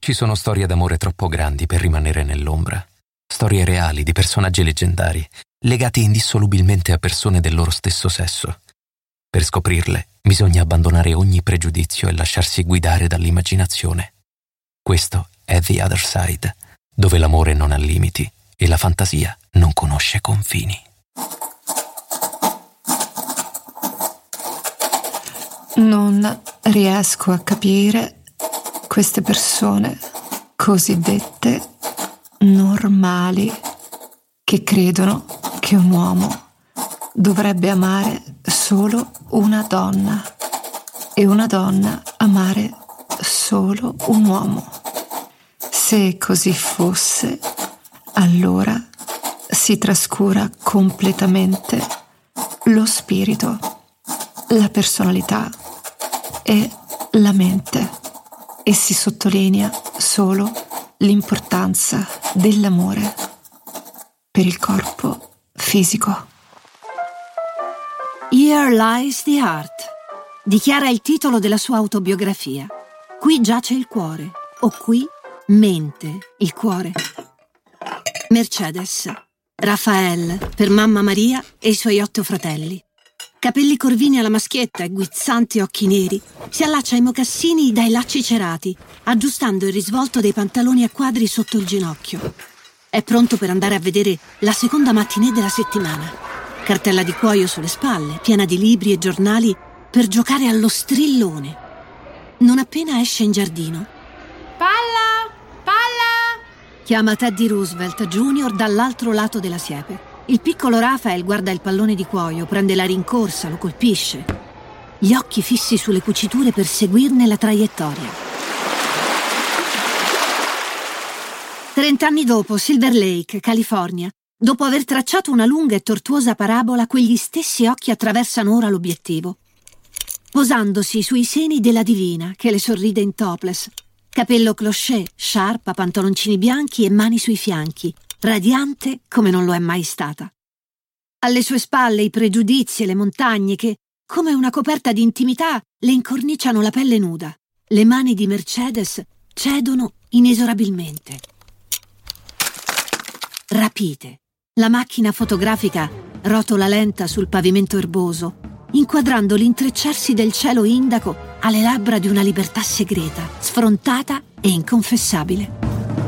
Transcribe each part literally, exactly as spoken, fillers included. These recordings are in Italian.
Ci sono storie d'amore troppo grandi per rimanere nell'ombra. Storie reali di personaggi leggendari, legati indissolubilmente a persone del loro stesso sesso. Per scoprirle, bisogna abbandonare ogni pregiudizio e lasciarsi guidare dall'immaginazione. Questo è The Other Side, dove l'amore non ha limiti e la fantasia non conosce confini. Non riesco a capire queste persone cosiddette normali che credono che un uomo dovrebbe amare solo una donna e una donna amare solo un uomo. Se così fosse, allora si trascura completamente lo spirito, la personalità e la mente e si sottolinea solo l'importanza dell'amore per il corpo fisico. Here Lies the Heart, dichiara il titolo della sua autobiografia. Qui giace il cuore, o qui mente il cuore. Mercedes, Raphael per mamma Maria e i suoi otto fratelli. Capelli corvini alla maschietta e guizzanti occhi neri, si allaccia ai mocassini dai lacci cerati, aggiustando il risvolto dei pantaloni a quadri sotto il ginocchio. È pronto per andare a vedere la seconda matinée della settimana. Cartella di cuoio sulle spalle, piena di libri e giornali per giocare allo strillone. Non appena esce in giardino. Palla! Palla! Chiama Teddy Roosevelt Junior dall'altro lato della siepe. Il piccolo Raphael guarda il pallone di cuoio, prende la rincorsa, lo colpisce. Gli occhi fissi sulle cuciture per seguirne la traiettoria. Trent'anni dopo, Silver Lake, California. Dopo aver tracciato una lunga e tortuosa parabola, quegli stessi occhi attraversano ora l'obiettivo. Posandosi sui seni della divina, che le sorride in topless. Capello cloché, sciarpa, pantaloncini bianchi e mani sui fianchi. Radiante come non lo è mai stata. Alle sue spalle i pregiudizi e le montagne che, come una coperta di intimità, le incorniciano la pelle nuda. Le mani di Mercedes cedono inesorabilmente. Rapite. La macchina fotografica rotola lenta sul pavimento erboso, inquadrando l'intrecciarsi del cielo indaco alle labbra di una libertà segreta, sfrontata e inconfessabile.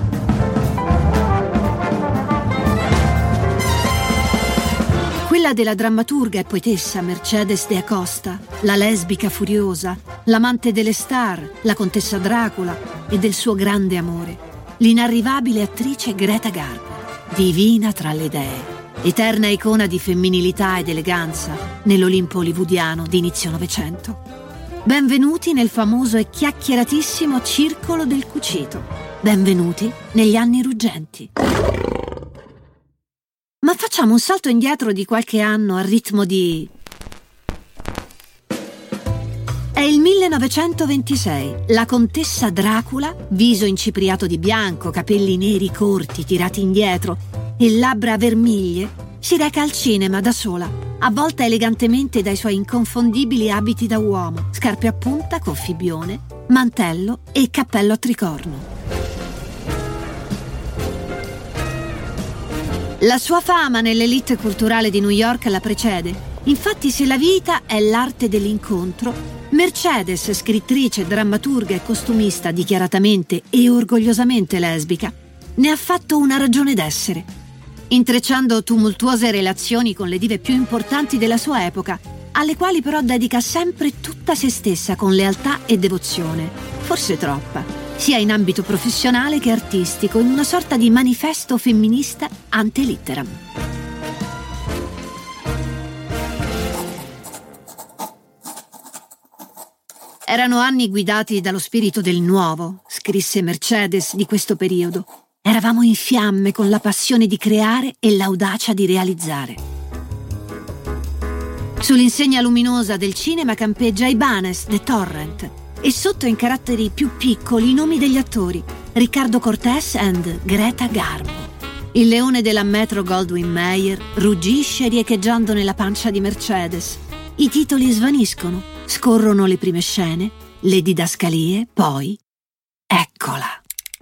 Quella della drammaturga e poetessa Mercedes de Acosta, la lesbica furiosa, l'amante delle star, la contessa Dracula e del suo grande amore, l'inarrivabile attrice Greta Garbo, divina tra le dee, eterna icona di femminilità ed eleganza nell'Olimpo hollywoodiano di inizio Novecento. Benvenuti nel famoso e chiacchieratissimo Circolo del Cucito. Benvenuti negli anni ruggenti. Ma facciamo un salto indietro di qualche anno al ritmo di... È il millenovecentoventisei. La contessa Dracula, viso incipriato di bianco, capelli neri corti tirati indietro e labbra vermiglie, si reca al cinema da sola, avvolta elegantemente dai suoi inconfondibili abiti da uomo, scarpe a punta con fibbione, mantello e cappello a tricorno. La sua fama nell'elite culturale di New York la precede. Infatti, se la vita è l'arte dell'incontro, Mercedes, scrittrice, drammaturga e costumista dichiaratamente e orgogliosamente lesbica, ne ha fatto una ragione d'essere. Intrecciando tumultuose relazioni con le dive più importanti della sua epoca, alle quali però dedica sempre tutta se stessa con lealtà e devozione, forse troppa, sia in ambito professionale che artistico, in una sorta di manifesto femminista ante litteram. Erano anni guidati dallo spirito del nuovo, scrisse Mercedes di questo periodo. Eravamo in fiamme con la passione di creare e l'audacia di realizzare. Sull'insegna luminosa del cinema campeggia Ibanez, The Torrent, e sotto in caratteri più piccoli i nomi degli attori, Riccardo Cortés and Greta Garbo. Il leone della Metro Goldwyn Mayer ruggisce riecheggiando nella pancia di Mercedes. I titoli svaniscono, scorrono le prime scene, le didascalie, poi... Eccola!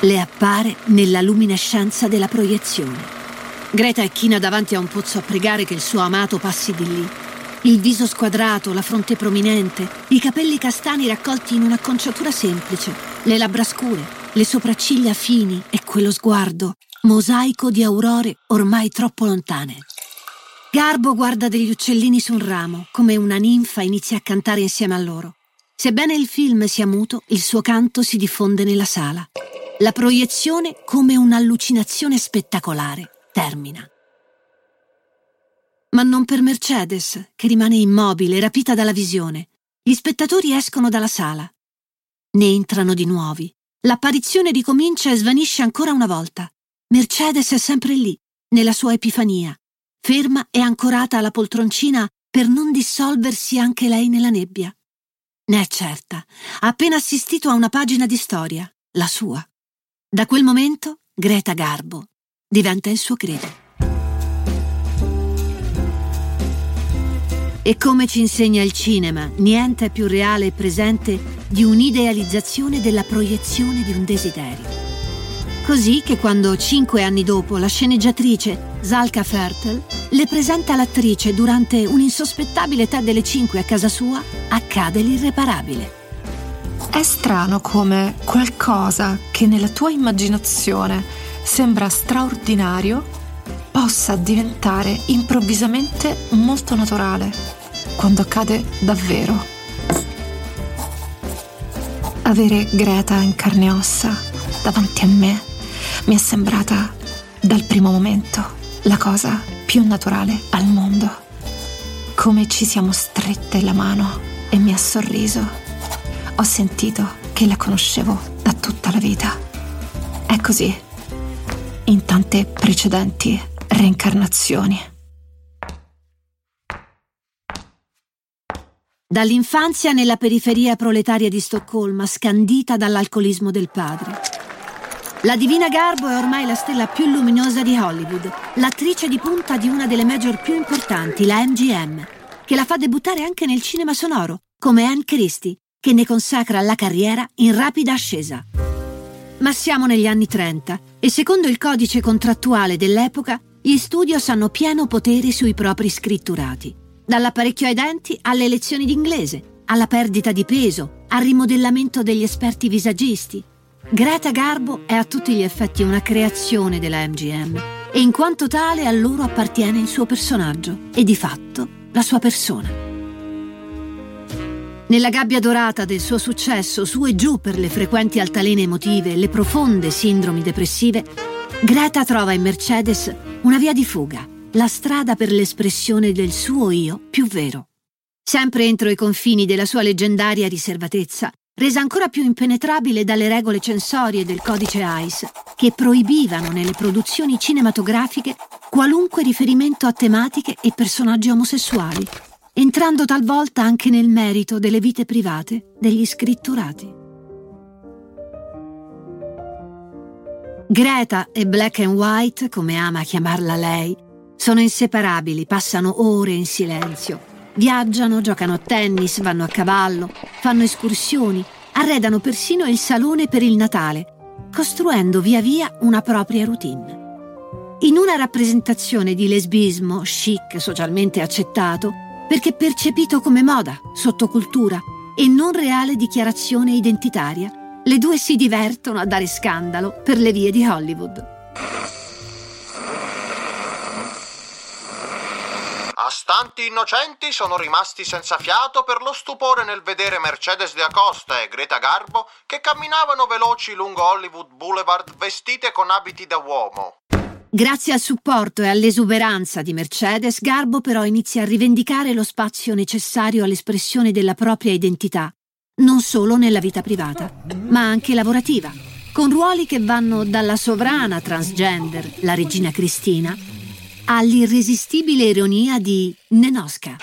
le appare nella luminescenza della proiezione. Greta è china davanti a un pozzo a pregare che il suo amato passi di lì. Il viso squadrato, la fronte prominente, i capelli castani raccolti in un'acconciatura semplice, le labbra scure, le sopracciglia fini e quello sguardo, mosaico di aurore ormai troppo lontane. Garbo guarda degli uccellini su un ramo, come una ninfa inizia a cantare insieme a loro. Sebbene il film sia muto, il suo canto si diffonde nella sala. La proiezione, come un'allucinazione spettacolare, termina. Ma non per Mercedes, che rimane immobile, rapita dalla visione. Gli spettatori escono dalla sala. Ne entrano di nuovi. L'apparizione ricomincia e svanisce ancora una volta. Mercedes è sempre lì, nella sua epifania, ferma e ancorata alla poltroncina per non dissolversi anche lei nella nebbia. Ne è certa, ha appena assistito a una pagina di storia, la sua. Da quel momento, Greta Garbo diventa il suo credo. E come ci insegna il cinema, niente è più reale e presente di un'idealizzazione della proiezione di un desiderio. Così che quando, cinque anni dopo, la sceneggiatrice Zalka Fertel le presenta l'attrice durante un insospettabile tè delle cinque a casa sua, accade l'irreparabile. È strano come qualcosa che nella tua immaginazione sembra straordinario possa diventare improvvisamente molto naturale quando accade davvero. Avere Greta in carne e ossa davanti a me mi è sembrata dal primo momento la cosa più naturale al mondo. Come ci siamo strette la mano e mi ha sorriso. Ho sentito che la conoscevo da tutta la vita. È così in tante precedenti reincarnazioni. Dall'infanzia nella periferia proletaria di Stoccolma, scandita dall'alcolismo del padre. La divina Garbo è ormai la stella più luminosa di Hollywood, l'attrice di punta di una delle major più importanti, la M G M, che la fa debuttare anche nel cinema sonoro, come Anne Christie, che ne consacra la carriera in rapida ascesa. Ma siamo negli anni trenta e secondo il codice contrattuale dell'epoca, gli studios hanno pieno potere sui propri scritturati. Dall'apparecchio ai denti alle lezioni d'inglese, alla perdita di peso, al rimodellamento degli esperti visagisti. Greta Garbo è a tutti gli effetti una creazione della M G M e in quanto tale a loro appartiene il suo personaggio e di fatto la sua persona. Nella gabbia dorata del suo successo, su e giù per le frequenti altalene emotive e le profonde sindromi depressive, Greta trova in Mercedes una via di fuga, la strada per l'espressione del suo io più vero. Sempre entro i confini della sua leggendaria riservatezza, resa ancora più impenetrabile dalle regole censorie del codice A I S, che proibivano nelle produzioni cinematografiche qualunque riferimento a tematiche e personaggi omosessuali, entrando talvolta anche nel merito delle vite private degli scritturati. Greta e Black and White, come ama chiamarla lei, sono inseparabili, passano ore in silenzio, viaggiano, giocano a tennis, vanno a cavallo, fanno escursioni, arredano persino il salone per il Natale, costruendo via via una propria routine. In una rappresentazione di lesbismo chic, socialmente accettato, perché percepito come moda, sottocultura e non reale dichiarazione identitaria, le due si divertono a dare scandalo per le vie di Hollywood. Astanti innocenti sono rimasti senza fiato per lo stupore nel vedere Mercedes de Acosta e Greta Garbo che camminavano veloci lungo Hollywood Boulevard vestite con abiti da uomo. Grazie al supporto e all'esuberanza di Mercedes, Garbo però inizia a rivendicare lo spazio necessario all'espressione della propria identità, non solo nella vita privata, ma anche lavorativa, con ruoli che vanno dalla sovrana transgender, la regina Cristina, all'irresistibile ironia di Nenoska.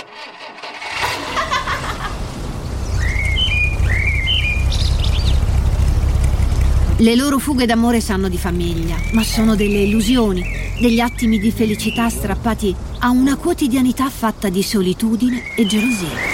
Le loro fughe d'amore sanno di famiglia, ma sono delle illusioni, degli attimi di felicità strappati a una quotidianità fatta di solitudine e gelosia.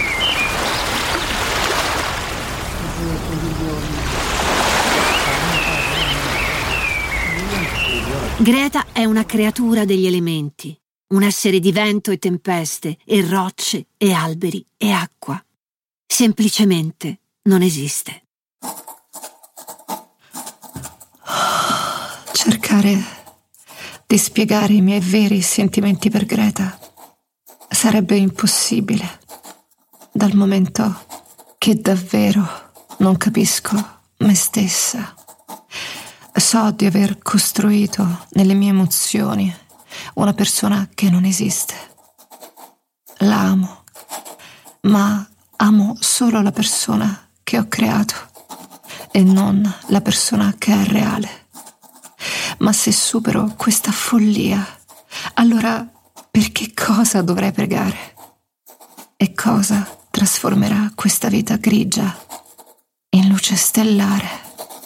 Greta è una creatura degli elementi, un essere di vento e tempeste, e rocce, e alberi, e acqua. Semplicemente non esiste. Cercare di spiegare i miei veri sentimenti per Greta sarebbe impossibile, dal momento che davvero non capisco me stessa. So di aver costruito nelle mie emozioni una persona che non esiste. La amo, ma amo solo la persona che ho creato e non la persona che è reale. Ma se supero questa follia, allora per che cosa dovrei pregare? E cosa trasformerà questa vita grigia in luce stellare?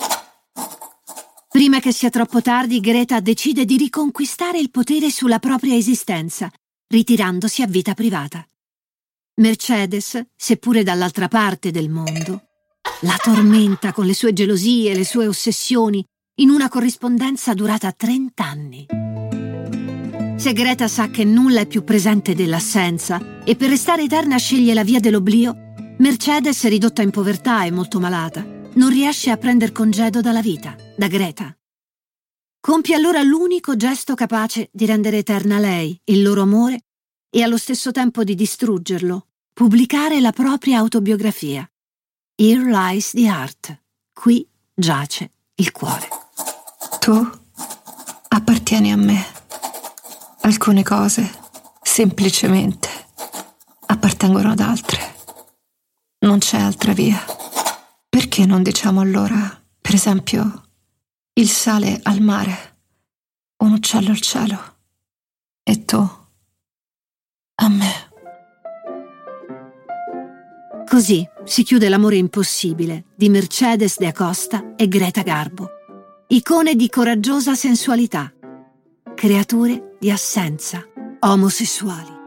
Prima che sia troppo tardi, Greta decide di riconquistare il potere sulla propria esistenza, ritirandosi a vita privata. Mercedes, seppure dall'altra parte del mondo, la tormenta con le sue gelosie e le sue ossessioni in una corrispondenza durata trent'anni. Se Greta sa che nulla è più presente dell'assenza e per restare eterna sceglie la via dell'oblio, Mercedes, ridotta in povertà e molto malata, non riesce a prender congedo dalla vita, da Greta. Compie allora l'unico gesto capace di rendere eterna lei, il loro amore, e allo stesso tempo di distruggerlo, pubblicare la propria autobiografia. Here lies the heart. Qui giace il cuore. Tu appartieni a me. Alcune cose, semplicemente, appartengono ad altre. Non c'è altra via. Perché non diciamo allora, per esempio, il sale al mare, un uccello al cielo, e tu a me? Così si chiude l'amore impossibile di Mercedes de Acosta e Greta Garbo, icone di coraggiosa sensualità, creature di assenza, omosessuali.